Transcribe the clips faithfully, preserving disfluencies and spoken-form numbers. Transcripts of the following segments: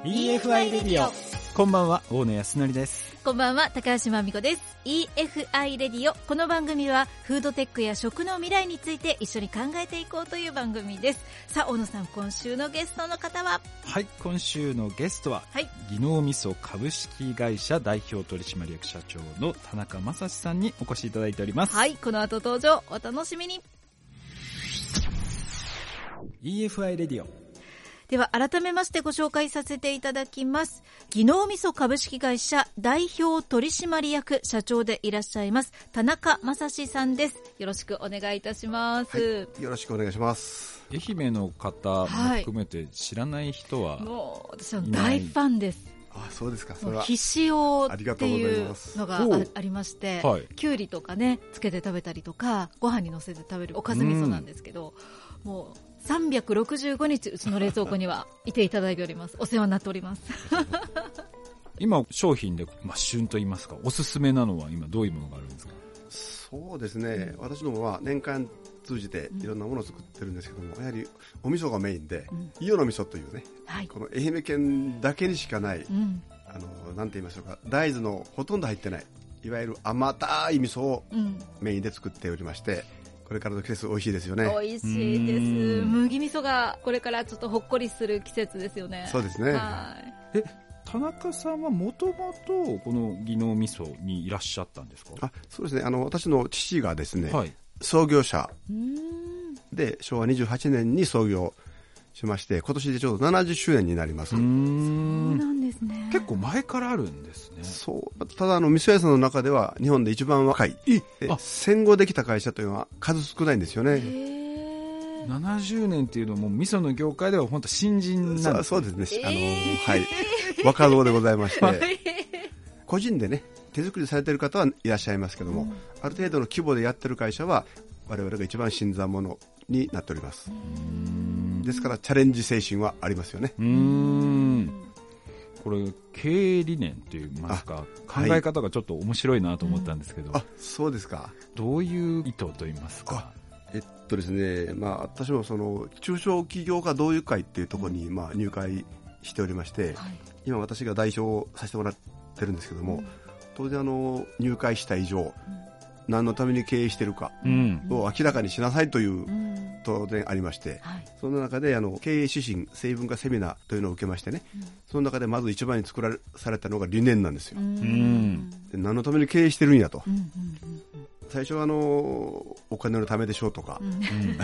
イーエフアイ レディオ。こんばんは、大野康則です。 こんばんは、高橋真美子です。 イーエフアイ レディオ。この番組はフードテックや食の未来について一緒に考えていこうという番組です。さあ大野さん、今週のゲストの方は？ はい、今週のゲストは、はい、技能味噌株式会社代表取締役社長の田中正史さんにお越しいただいております。 はい、この後登場、お楽しみに。 イーエフアイ レディオ。 では改めましてご紹介させていただきます。技能味噌株式会社代表取締役社長でいらっしゃいます田中正史さんです。よろしくお願いいたします。 はい、よろしくお願いします。 愛媛の方も含めて知らない人は、はい、 もう私は大ファンです。 あ、そうですか。それはひしおっていうのが あ, ありまして、はい、きゅうりとかねつけて食べたりとかご飯に乗せて食べるおかず味噌なんですけど、もうさんびゃくろくじゅうごにちうちの冷蔵庫にはいていただいております。お世話になっております今商品で、まあ、旬といいますか、おすすめなのは今どういうものがあるんですか？ そうですね、私どもは年間通じていろんなものを作ってるんですけども、やはりお味噌がメインで、うん、伊予の味噌というね、はい、この愛媛県だけにしかない、うん、あのなんて言いましょうか、大豆のほとんど入ってないいわゆる甘たい味噌をメインで作っておりまして、うん、これからの季節美味しいですよね。 美味しいです。麦味噌がこれからちょっとほっこりする季節ですよね。 そうですね。 はい。 え、田中さんはもともとこの技能味噌にいらっしゃったんですか？ あ、そうですね、あの私の父がですね、はい、創業者でしょうわにじゅうはちねんに創業しまして、今年でちょうどななじゅっしゅうねんになります。 うーん、そうなんですね。 結構前からあるんですね。 そう。ただあの味噌屋さんの中では日本で一番若い、戦後できた会社というのは数少ないんですよね。 へななじゅうねんっていうのはもう味噌の業界では本当新人なんです。 そうですね、あの、はい、若造でございまして個人でね手作りされている方はいらっしゃいますけども、うん、ある程度の規模でやってる会社は我々が一番新参者になっております。うーん、ですからチャレンジ精神はありますよね。 うーん、これ経営理念といいますか、考え方がちょっと面白いなと思ったんですけど、 はい、あ、そうですか。 どういう意図といいますか？ えっとですね、まあ、私もその中小企業家同友会っていうところにまあ入会しておりまして、はい、今私が代表をさせてもらってるんですけども、うん、当然あの入会した以上、うん、何のために経営しているかを明らかにしなさいという当然ありまして、うん、はい、その中であの経営指針成分化セミナーというのを受けましてね、うん、その中でまず一番に作らされたのが理念なんですよ。うん、で何のために経営してるんやと、うんうんうん、最初はあのお金のためでしょうとか、うん、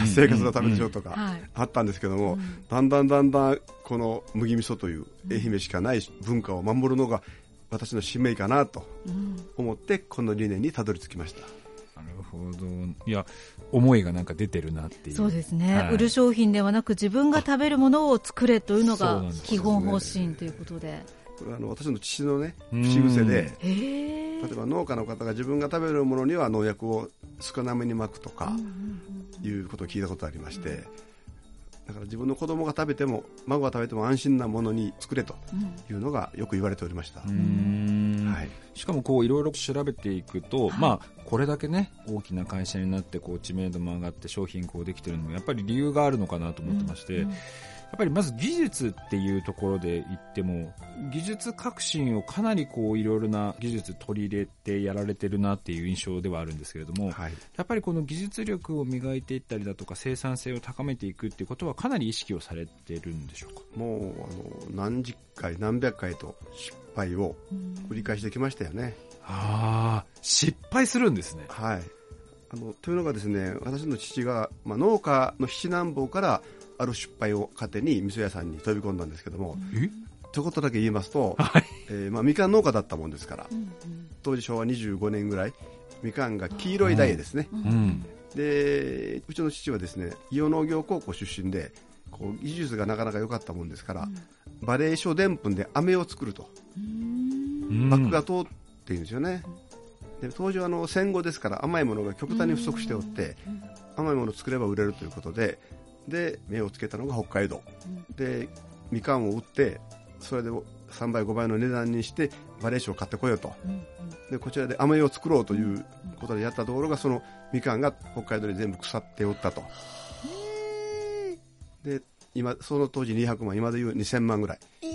生活のためでしょうとか、うん、はい、あったんですけども、うん、だんだんだんだんこの麦味噌という愛媛しかない文化を守るのが私の使命かなと思ってこの理念にたどり着きました。 なるほど。いや、思いがなんか出てるなっていう。 そうですね、はい、売る商品ではなく自分が食べるものを作れというのが基本方針ということで、 これはあの私の父のね口癖で、例えば農家の方が自分が食べるものには農薬を少なめにまくとかいうことを聞いたことがありまして、だから自分の子供が食べても孫が食べても安心なものに作れというのがよく言われておりました。うーん、はい、しかもこういろいろ調べていくと、はい、まあこれだけね大きな会社になってこう知名度も上がって商品こうできてるのもやっぱり理由があるのかなと思ってまして、うんうん、やっぱりまず技術っていうところで言っても技術革新をかなりこういろいろな技術取り入れてやられてるなっていう印象ではあるんですけれども、はい、やっぱりこの技術力を磨いていったりだとか生産性を高めていくっていうことはかなり意識をされてるんでしょうか？ もうあの何十回何百回と失敗を繰り返してきましたよね。 ああ、失敗するんですね。 はい、あのというのがですね、私の父が、まあ、農家の七男坊からある失敗を糧に味噌屋さんに飛び込んだんですけども、えということだけ言いますと、はい、えーまあ、みかん農家だったもんですから、うんうん、当時しょうわにじゅうごねんぐらいみかんが黄色い苗ですね、うんうん、でうちの父はですね伊予農業高校出身でこう技術がなかなか良かったもんですから、うん、馬鈴薯でんぷんで飴を作ると、麦芽糖っていうんですよね。で当時はあの戦後ですから甘いものが極端に不足しておって、甘いものを作れば売れるということでで目をつけたのが北海道、うん、でみかんを売ってそれでさんばいごばいの値段にして馬鈴薯を買ってこようと、うんうん、でこちらで飴を作ろうということでやったところがそのみかんが北海道で全部腐っておったと。で今その当時にひゃくまん、今でいうにせんまんぐらい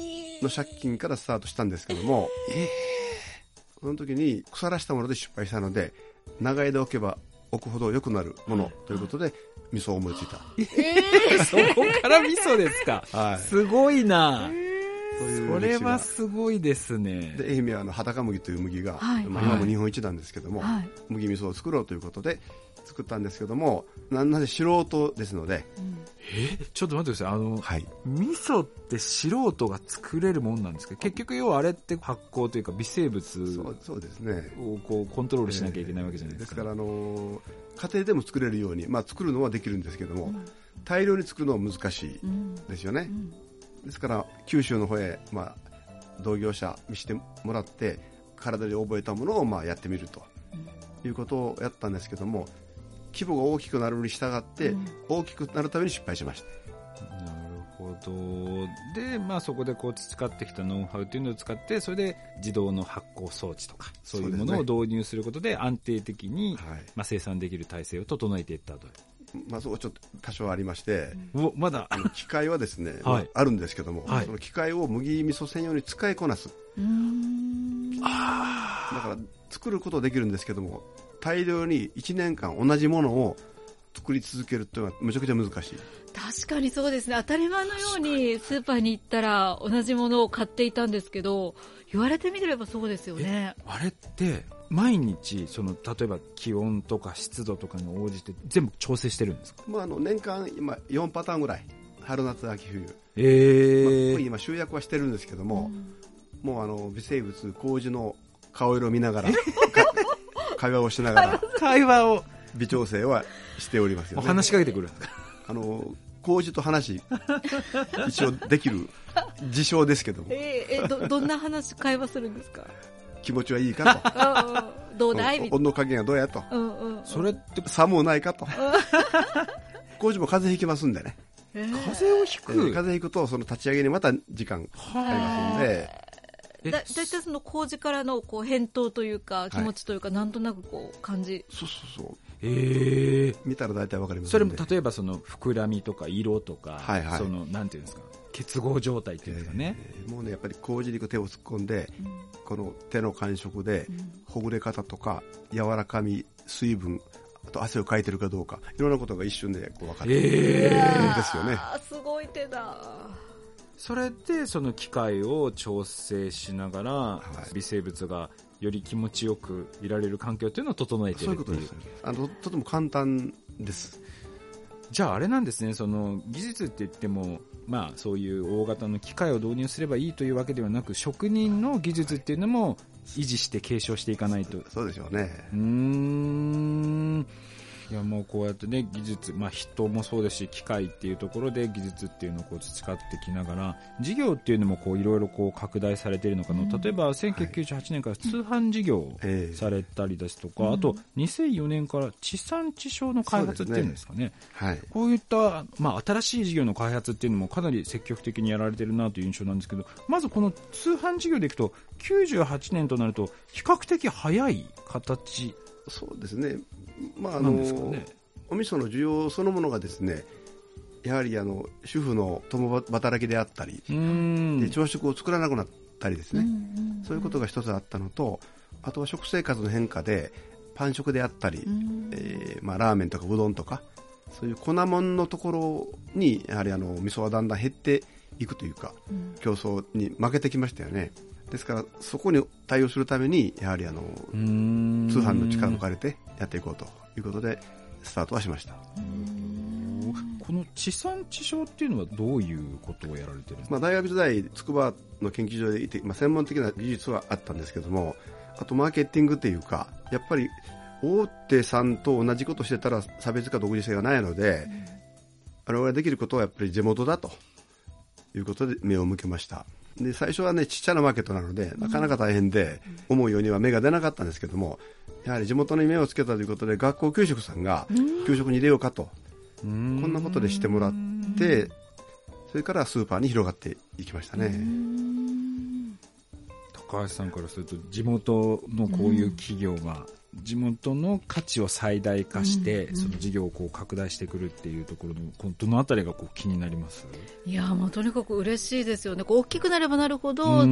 の借金からスタートしたんですけども、えー、その時に腐らしたもので失敗したので、長い間置けば置くほど良くなるものということで味噌を思いついた。 えー、そこから味噌ですか。はい、すごいな。えーそれはすごいですね。 で愛媛はあの畑麦という麦が、はいまあ、今も日本一なんですけども、はい、麦味噌を作ろうということで作ったんですけども、なぜ素人ですので、うん、 えちょっと待ってください。あの、はい、味噌って素人が作れるもんなんですか。結局要はあれって発酵というか微生物をそうですねこうコントロールしなきゃいけないわけじゃないですか。 えー、ですから、あの家庭でも作れるように、まあ、作るのはできるんですけども、うん、大量に作るのは難しいですよね。うんうんですから九州の方へ、まあ、同業者見せてもらって体で覚えたものをまあやってみるということをやったんですけども、規模が大きくなるに従って大きくなるために失敗しました。 なるほど。で、まあ、そこでこう培ってきたノウハウというのを使って、それで自動の発酵装置とかそういうものを導入することで安定的に、はいまあ、生産できる体制を整えていったと。 まあ、そうちょっと多少ありまして、 うん、まだあの機械はですね、はい、あるんですけども、はい、その機械を麦味噌専用に使いこなす。うーんあだから作ることはできるんですけども、大量にいちねんかん同じものを作り続けるというのはむちゃくちゃ難しい。 確かにそうですね。当たり前のようにスーパーに行ったら同じものを買っていたんですけど、言われてみればそうですよね。 あれって毎日その例えば気温とか湿度とかに応じて全部調整してるんですか。 まあ、あの年間今よんパターンぐらい、春夏秋冬、 えーまあ、今集約はしてるんですけども、うん、もうあの微生物麹の顔色を見ながら会話をしながら会話を微調整はしておりますよね。 話しかけてくるあの麹と話一応できる自称ですけども、 えー、え ど, どんな話会話するんですか。 気持ちはいいかとどうだいみたいな、 温度加減はどうやと、 うんうんうん、 それって寒うないかと麹も風邪ひきますんでね、 えー、風邪をひく、 えー、風邪ひくとその立ち上げにまた時間かかりますんで、 だ, だいたいその麹からのこう返答というか気持ちというか、はい、なんとなくこう感じ、 そうそうそう、 えー、 見たら大体わかります。 それも例えばその膨らみとか色とか、はいはい、そのなんていうんですか、結合状態っていうんですかね、 えー、もうねやっぱり麹に手を突っ込んで、うん、この手の感触で、うん、ほぐれ方とか柔らかみ、水分、あと汗をかいてるかどうか、いろんなことが一瞬でこう分かるんですよね。 すごい手だ。 それでその機械を調整しながら、はい、微生物がより気持ちよくいられる環境というのを整えているっていう。そういうことです。 あのとても簡単です。 じゃああれなんですね、その技術って言っても、まあ、そういう大型の機械を導入すればいいというわけではなく、職人の技術っていうのも維持して継承していかないと。 そうでしょうね。 うーん、いやもうこうやってね技術、まあ、人もそうですし機械っていうところで技術っていうのをこう培ってきながら、事業っていうのもこういろいろこう拡大されているのかな、うん、例えばせんきゅうひゃくきゅうじゅうはちねんから通販事業をされたりですとか、はい、あとにせんよねんから地産地消の開発っていうんですかね、はい、こういった、まあ、新しい事業の開発っていうのもかなり積極的にやられてるなという印象なんですけど、まずこの通販事業でいくときゅうじゅうはちねんとなると比較的早い形。 そうですね、まああのなんですかね、お味噌の需要そのものがですね、やはりあの主婦の共働きであったり、で朝食を作らなくなったりですね、そういうことが一つあったのと、あとは食生活の変化でパン食であったり、えーまあ、ラーメンとかうどんとかそういう粉もんのところにやはりあの味噌はだんだん減っていくというか、うん、競争に負けてきましたよね。ですからそこに対応するためにやはりあの通販の力を借りてやっていこうということでスタートはしました。 この地産地消っていうのはどういうことをやられてるんですか。 まあ、大学時代筑波の研究所でいて、まあ、専門的な技術はあったんですけども、あとマーケティングっていうか、やっぱり大手さんと同じことしてたら差別化独自性がないので、我々ができることはやっぱり地元だということで目を向けました。で最初はねちっちゃなマーケットなのでなかなか大変で、うん、思うようには芽が出なかったんですけども、やはり地元に目をつけたということで学校給食さんが給食に入れようかと、うん、こんなことでしてもらって、それからスーパーに広がっていきましたね。うん、 高橋さんからすると地元のこういう企業が地元の価値を最大化して、 うんうん、 その事業をこう拡大してくるっていうところのどのあたりがこう気になります？ いやもうとにかく嬉しいですよね。こう大きくなればなるほど、うん、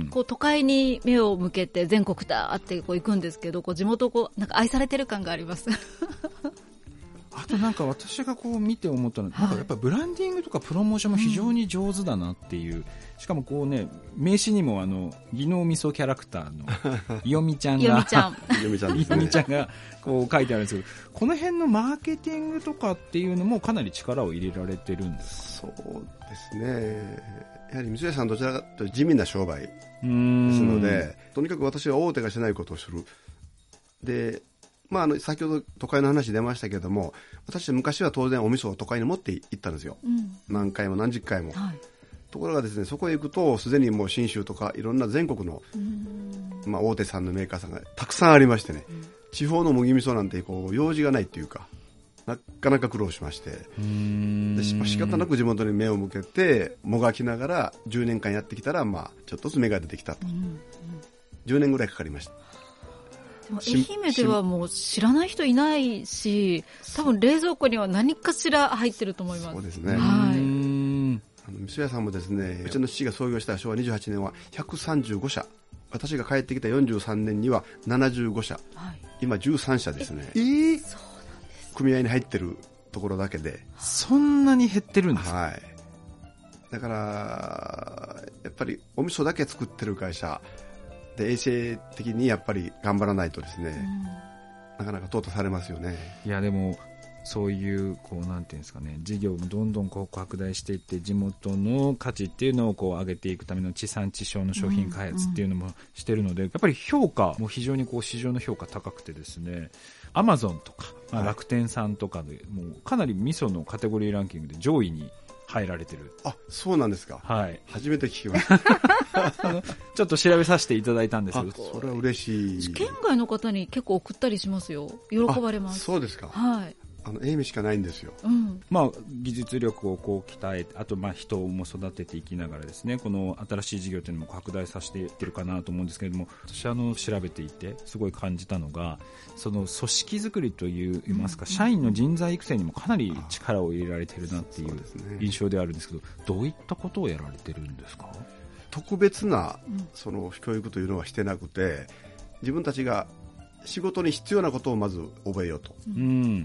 こう都会に目を向けて全国だってこう行くんですけど、こう地元をこうなんか愛されてる感がありますあとなんか私がこう見て思ったのは、なんかやっぱブランディングとかプロモーションも非常に上手だなっていう、うん、しかもこうね、名刺にもあの技能味噌キャラクターのよみちゃんがよみちゃんよみちゃんですね、よみちゃんがこう書いてあるんですけど、この辺のマーケティングとかっていうのもかなり力を入れられてるんですか？ そうですね、やはり味噌屋さんどちらかというと地味な商売ですので、とにかく私は大手がしないことをする。でまあ、あの先ほど都会の話出ましたけども、私は昔は当然お味噌を都会に持って行ったんですよ、うん、何回も何十回も、はい、ところがですね、そこへ行くとすでにもう信州とかいろんな全国の、まあ、大手さんのメーカーさんがたくさんありましてね、うん、地方の麦味噌なんてこう用事がないっていうか、なかなか苦労しまして、うーんで仕方なく地元に目を向けてもがきながらじゅうねんかんやってきたら、まあ、ちょっとずつ芽が出てきたと、うんうん、じゅうねんぐらいかかりました。 でも愛媛ではもう知らない人いないし、多分冷蔵庫には何かしら入ってると思います。 そうですね、 はい、 あの味噌屋さんもですね、うちの父が創業したしょわにじゅうはちねんはひゃくさんじゅうごしゃ、私が帰ってきたよんじゅうさんねんにはななじゅうごしゃ、はい、今じゅうさんしゃですね。 えー、そうなんです。 組合に入ってるところだけでそんなに減ってるんですか？ はい、だからやっぱりお味噌だけ作ってる会社で衛生的にやっぱり頑張らないとですね、うん、なかなか淘汰されますよね。 いやでもそういうこうなんていうんですかね、事業もどんどんこう拡大していって地元の価値っていうのをこう上げていくための地産地消の商品開発っていうのもしてるので、やっぱり評価も非常にこう市場の評価高くてですね、アマゾンとか、まあ、楽天さんとかでもうかなり味噌のカテゴリーランキングで上位に入られてる。 あ、そうなんですか。 はい。 初めて聞きましたあのちょっと調べさせていただいたんですけど、 それは嬉しい。 県外の方に結構送ったりしますよ。喜ばれます。 そうですか。 はい。 あのエイミしかないんですよ、 うん、 まあ、技術力をこう鍛えて、あとまあ人も育てていきながらですね、この新しい事業というのも拡大させていってるかなと思うんですけれども、私あの調べていてすごい感じたのが、その組織づくりといいますか、うん、社員の人材育成にもかなり力を入れられているなっていう印象であるんですけど、どういったことをやられてるんですか？ 特別なその教育というのはしてなくて、自分たちが仕事に必要なことをまず覚えようと、うん、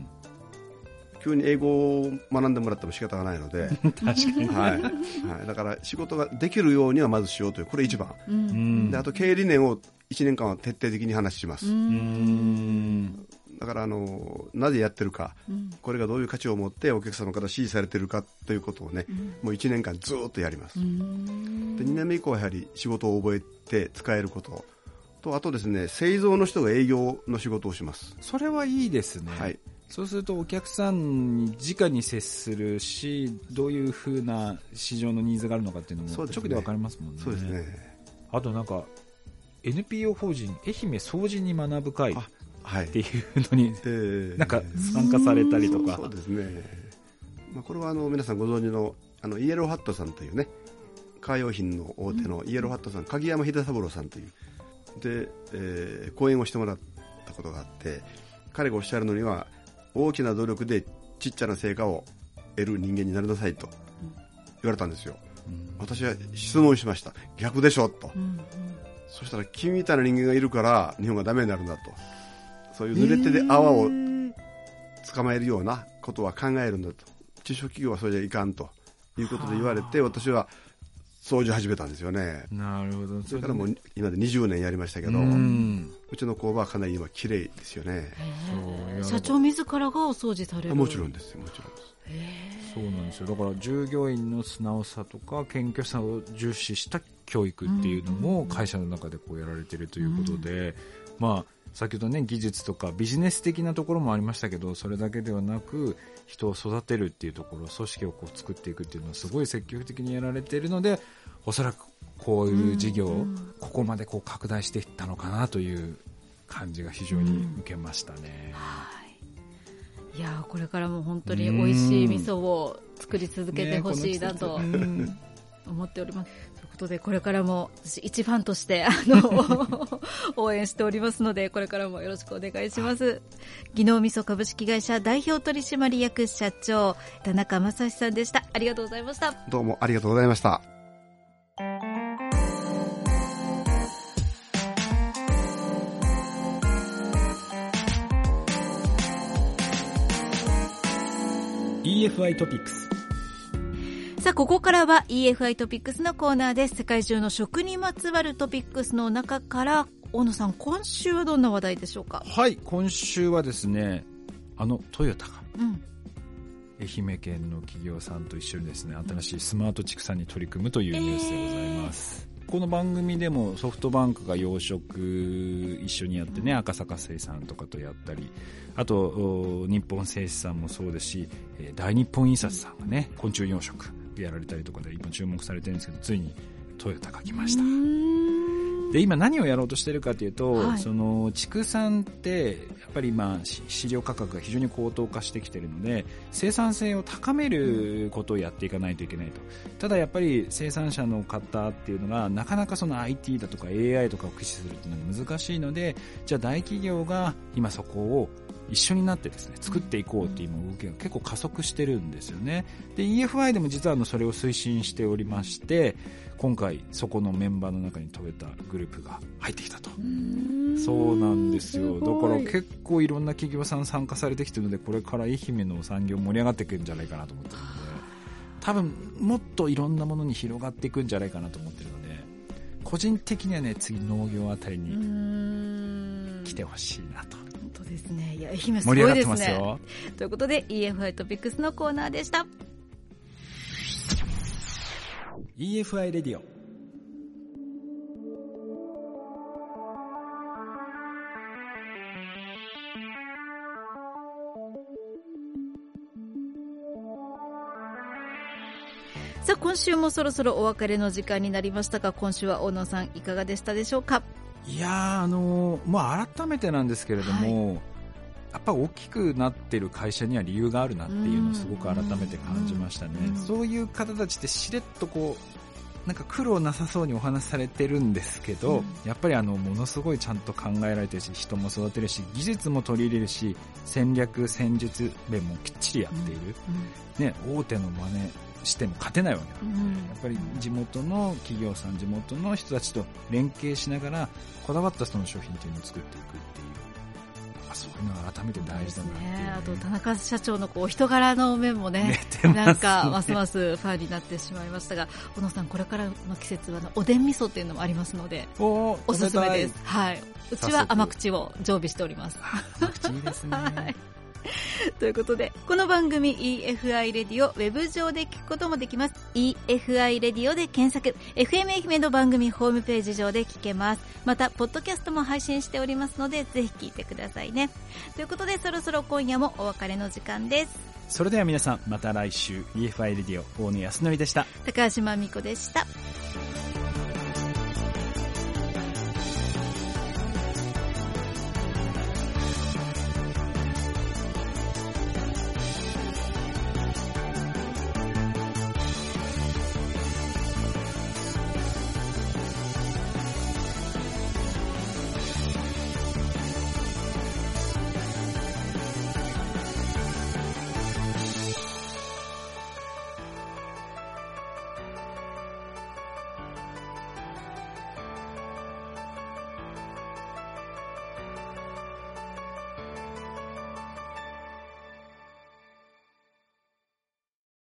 急に英語を学んでもらっても仕方がないので確かに、 はいはい、だから仕事ができるようにはまずしようという、これ一番、うん、であと経営理念をいちねんかんは徹底的に話します。うん、だからあのなぜやってるか、うん、これがどういう価値を持ってお客様から支持されているかということをね、うん、もういちねんかんずっとやります。うん、でにねんめ以降はやはり仕事を覚えて使えることと、あとですね、製造の人が営業の仕事をします。 それはいいですね。 はい、 そうするとお客さんに直に接するし、どういうふうな市場のニーズがあるのかっていうのも直で分かりますもんね。 そうですね。 あとなんか エヌピーオー 法人愛媛掃除に学ぶ会っていうのに、はい、なんか参加されたりとか。 そうですね、まあ、これはあの皆さんご存知のあのイエローハットさんというね、カー用品の大手のイエローハットさん、鍵山秀三郎さんというで、えー、講演をしてもらったことがあって、彼がおっしゃるのには、大きな努力でちっちゃな成果を得る人間になりなさいと言われたんですよ。うん、私は質問しました。逆でしょと、うんうん、そしたら君みたいな人間がいるから日本がダメになるんだと、そういう濡れ手で泡を捕まえるようなことは考えるんだと、中小企業はそれじゃいかんということで言われて、私は掃除始めたんですよね。 なるほど。 それからもう今でにじゅうねんやりましたけど、うん、うちの工場はかなり今綺麗ですよね。 そう社長自らがお掃除される？ もちろんですもちろんです。 そうなんですよ。だから従業員の素直さとか謙虚さを重視した教育っていうのも会社の中でこうやられているということで、うん、まあ先ほどね、技術とかビジネス的なところもありましたけど、それだけではなく人を育てるっていうところ、組織をこう作っていくっていうのはすごい積極的にやられているので、おそらくこういう事業をここまでこう拡大していったのかなという感じが非常に受けましたね。うん、はい、 いやこれからも本当に美味しい味噌を作り続けてほしいなと、ね、 思っております。ということでこれからも私一ファンとしてあの応援しておりますので、これからもよろしくお願いします。技能味噌株式会社代表取締役社長田中正史さんでした。ありがとうございました。 どうもありがとうございました。 イーエフアイ トピックス。 さあここからは イーエフアイ トピックスのコーナーです。世界中の食にまつわるトピックスの中から大野さん、今週はどんな話題でしょうか。 はい、今週はですね、あのトヨタが、うん、愛媛県の企業さんと一緒にですね、新しいスマート畜産に取り組むというニュースでございます、えー、この番組でもソフトバンクが養殖一緒にやってね、赤坂生産とかとやったり、あと日本製紙さんもそうですし、大日本印刷さんがね昆虫養殖やられたりとかで今注目されてるんですけど、ついにトヨタが来ました。で今何をやろうとしてるかというと、はい、その畜産ってやっぱり今飼料価格が非常に高騰化してきているので、生産性を高めることをやっていかないといけないと。ただやっぱり生産者の方っていうのがなかなかその アイティー だとか エーアイ とかを駆使するっていうのが難しいので、じゃあ大企業が今そこを一緒になってですね作っていこうっていう動きが結構加速してるんですよね。で イーエフアイ でも実はあのそれを推進しておりまして、今回そこのメンバーの中にトヨタグループが入ってきたと。そうなんですよ。だから結構いろんな企業さん参加されてきてるので、これから愛媛の産業盛り上がっていくんじゃないかなと思ってるので、多分もっといろんなものに広がっていくんじゃないかなと思ってるので、個人的にはね次農業あたりに来てほしいなと。 本当ですね。いや愛媛すごいですね。盛り上がってますよ。ということで イーエフアイ トピックスのコーナーでした。 イーエフアイ レディオ。 さあ今週もそろそろお別れの時間になりましたが、今週は大野さんいかがでしたでしょうか。 いやー、あのーまあ、改めてなんですけれども、はい、やっぱ大きくなってる会社には理由があるなっていうのをすごく改めて感じましたね。そういう方たちってしれっとこうなんか苦労なさそうにお話しされてるんですけど、うん、やっぱりあのものすごいちゃんと考えられてるし、人も育てるし、技術も取り入れるし、戦略戦術面もきっちりやっている、うんね、大手の真似しても勝てないわけだ、うん、やっぱり地元の企業さん、地元の人たちと連携しながらこだわったその商品というのを作っていくっていう、そういうのが改めて大事だなっていう、ね、 あと田中社長のこう人柄の面も ね, ねなんかますますファンになってしまいましたが、小野さんこれからの季節はおでん味噌っていうのもありますので お, おすすめです、はい、うちは甘口を常備しております。 甘口いいですね、はいということでこの番組 イーエフアイ レディオウェブ上で聞くこともできます。 イーエフアイ レディオで検索、 エフエム 愛媛の番組ホームページ上で聞けます。またポッドキャストも配信しておりますのでぜひ聞いてくださいね。ということでそろそろ今夜もお別れの時間です。 それでは皆さんまた来週。 イーエフアイ レディオ大野康則でした。 高橋真美子でした。